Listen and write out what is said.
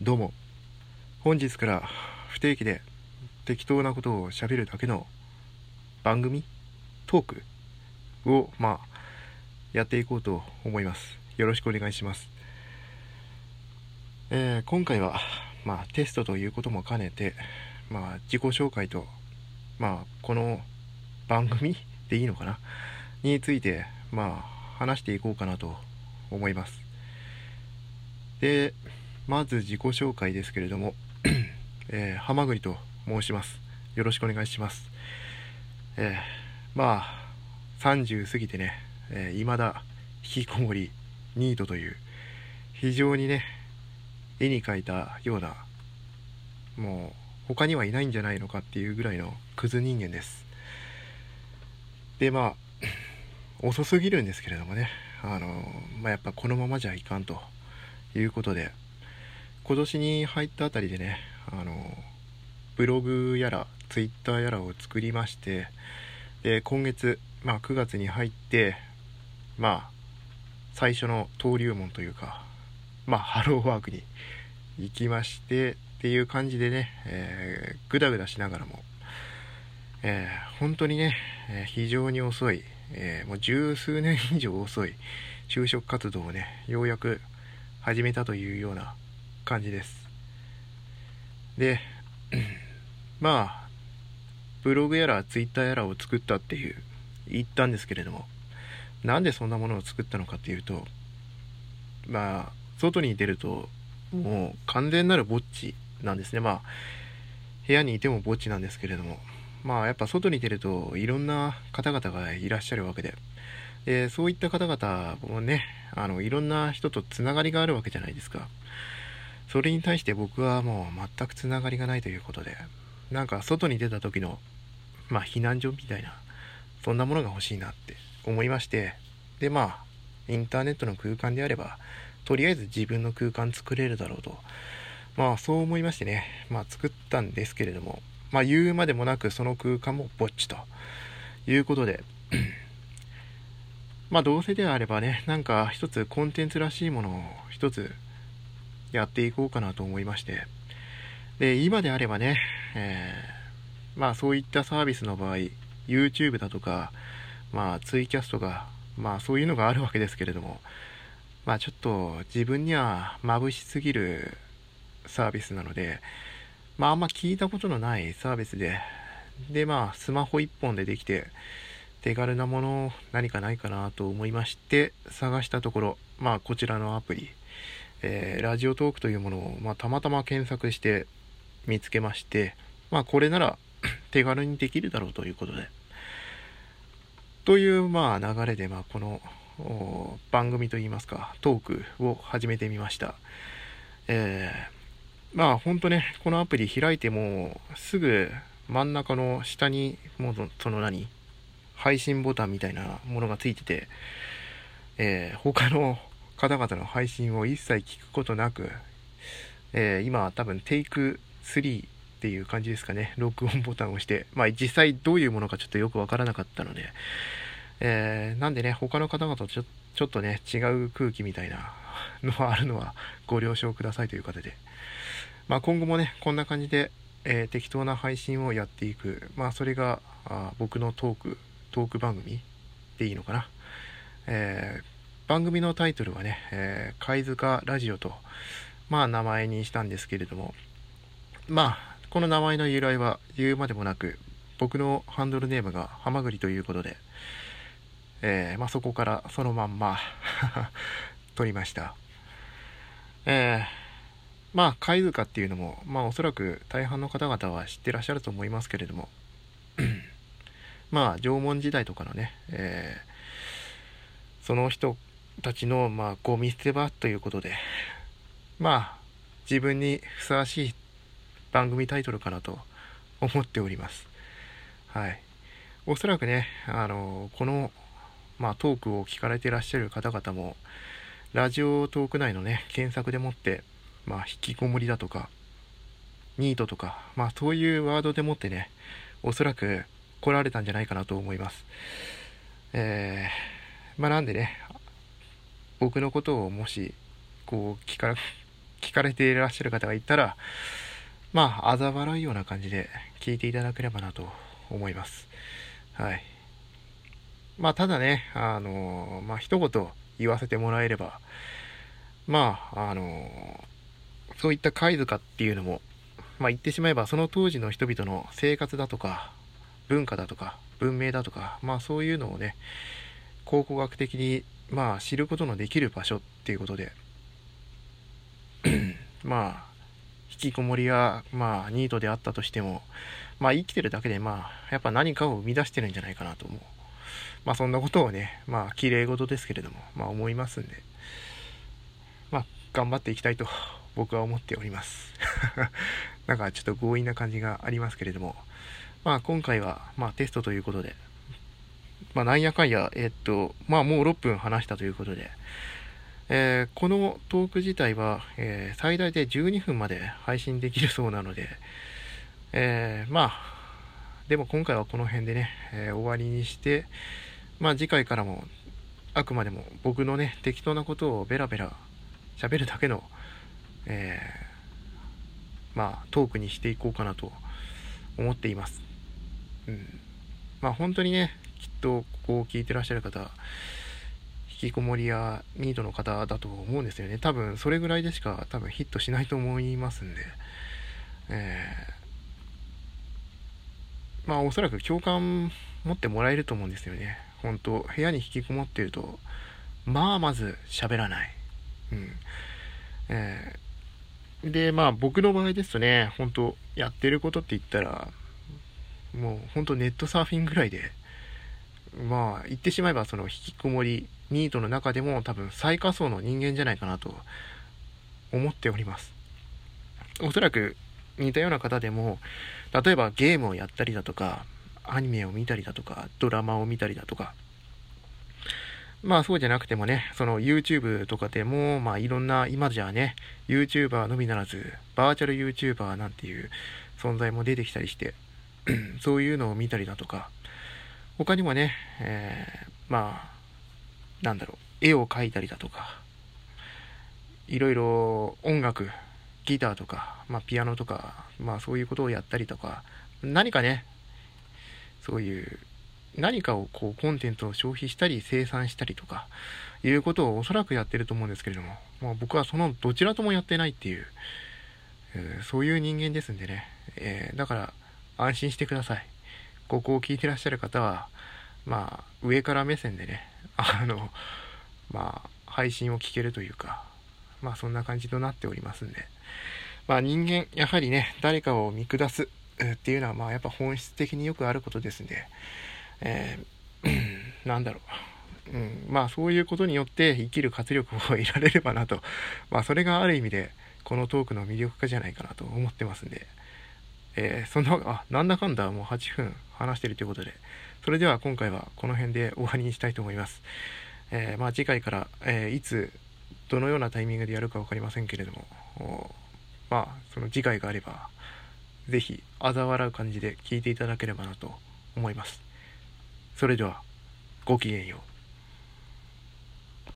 どうも、本日から不定期で適当なことを喋るだけの番組トークをやっていこうと思います。よろしくお願いします。今回はテストということも兼ねて自己紹介とこの番組でいいのかなについて話していこうかなと思います。で、まず自己紹介ですけれどもはまぐりと申します。よろしくお願いします。30過ぎてね、未だ引きこもりニートという非常にね絵に描いたような、もう他にはいないんじゃないのかっていうぐらいのクズ人間です。で遅すぎるんですけれどもね、やっぱこのままじゃいかんということで、今年に入ったあたりでね、ブログやらツイッターやらを作りまして、で今月、9月に入って最初の登竜門というかハローワークに行きましてっていう感じでね、ぐだぐだしながらも、本当にね、非常に遅い、もう十数年以上遅い就職活動をねようやく始めたというような感じです。でブログやらツイッターやらを作ったって言ったんですけれども、なんでそんなものを作ったのかっていうと、外に出るともう完全なるぼっちなんですね。部屋にいてもぼっちなんですけれども、やっぱ外に出るといろんな方々がいらっしゃるわけで、そういった方々もね、いろんな人とつながりがあるわけじゃないですか。それに対して僕はもう全くつながりがないということで、外に出た時の避難所みたいな、そんなものが欲しいなって思いまして、でインターネットの空間であればとりあえず自分の空間作れるだろうと、そう思いましてね、作ったんですけれども、言うまでもなくその空間もぼっちということでどうせであればね、一つコンテンツらしいものを一つやっていこうかなと思いまして、で今であればね、そういったサービスの場合 YouTube だとかツイキャスとかそういうのがあるわけですけれども、ちょっと自分には眩しすぎるサービスなので、あんま聞いたことのないサービスでスマホ一本でできて手軽なもの何かないかなと思いまして探したところ、こちらのアプリ、ラジオトークというものをたまたま検索して見つけまして、これなら手軽にできるだろうということで、という流れでこの番組といいますかトークを始めてみました。ほんとね、このアプリ開いてもすぐ真ん中の下にもう配信ボタンみたいなものがついてて、他の方々の配信を一切聞くことなく、今多分テイク3っていう感じですかね、録音ボタンを押して、実際どういうものかちょっとよくわからなかったので、なんでね他の方々とちょっとね違う空気みたいなのはあるのはご了承くださいということで、今後もねこんな感じで、適当な配信をやっていく、それが僕のトーク番組でいいのかな。番組のタイトルはね、貝塚ラジオと名前にしたんですけれども、この名前の由来は言うまでもなく、僕のハンドルネームがはまぐりということで、そこからそのまんま取りました。貝塚っていうのもおそらく大半の方々は知ってらっしゃると思いますけれども縄文時代とかのね、その人たちのゴミ捨て場ということで、自分にふさわしい番組タイトルかなと思っております。はい。おそらくね、このトークを聞かれていらっしゃる方々もラジオトーク内のね検索でもって引きこもりだとかニートとかそういうワードでもってねおそらく来られたんじゃないかなと思います。なんでね僕のことをもし聞聞かれていらっしゃる方がいたら、まあ、嘲笑うような感じで聞いていただければなと思います。はい。まあ、ただね、まあ、一言言わせてもらえれば、まあ、そういった貝塚っていうのも、まあ、言ってしまえば、その当時の人々の生活だとか、文化だとか、文明だとか、まあ、そういうのをね、考古学的に、まあ、知ることのできる場所っていうことで、まあ、引きこもりや、まあ、ニートであったとしても、まあ、生きてるだけで、まあ、やっぱ何かを生み出してるんじゃないかなと思う。まあ、そんなことをね、まあ、綺麗事ですけれども、まあ、思いますんで、まあ、頑張っていきたいと僕は思っております。なんかちょっと強引な感じがありますけれども、まあ、今回は、まあ、テストということで、まあ、なんやかんや、まあ、もう6分話したということで、このトーク自体は、最大で12分まで配信できるそうなので、まあ、でも今回はこの辺でね、終わりにして、まあ次回からも、あくまでも僕のね、適当なことをベラベラ喋るだけの、まあトークにしていこうかなと思っています。まあ本当にね、きっとここを聞いてらっしゃる方、引きこもりやニートの方だと思うんですよね。多分それぐらいでしか多分ヒットしないと思いますんで、まあおそらく共感持ってもらえると思うんですよね。本当部屋に引きこもっていると、まあまず喋らない。で、まあ僕の場合ですとね、本当やってることって言ったら、もう本当ネットサーフィンぐらいで、まあ言ってしまえばその引きこもり、ニートの中でも多分最下層の人間じゃないかなと思っております。おそらく似たような方でも、例えばゲームをやったりだとか、アニメを見たりだとか、ドラマを見たりだとか、まあそうじゃなくてもね、その YouTube とかでも、まあいろんな、今じゃね、YouTuber のみならず、バーチャル YouTuber なんていう存在も出てきたりして、そういうのを見たりだとか、他にもね、まあ、なんだろう、絵を描いたりだとか、いろいろ音楽、ギターとか、まあピアノとか、まあそういうことをやったりとか、何かね、そういう何かをこうコンテンツを消費したり生産したりとかいうことをおそらくやってると思うんですけれども、まあ、僕はそのどちらともやってないっていう、そういう人間ですんでね、だから安心してください。ここを聞いてらっしゃる方はまあ上から目線でねまあ配信を聞けるというか、まあそんな感じとなっておりますんで、まあ人間やはりね誰かを見下すっていうのはまあやっぱ本質的によくあることですんで、なんだろう、まあそういうことによって生きる活力を得られればなと、まあそれがある意味でこのトークの魅力化じゃないかなと思ってますんで、なんだかんだもう8分話してるということで、それでは今回はこの辺で終わりにしたいと思います。まあ次回から、いつどのようなタイミングでやるか分かりませんけれども、まあその次回があればぜひ嘲笑う感じで聞いていただければなと思います。それではごきげんよう。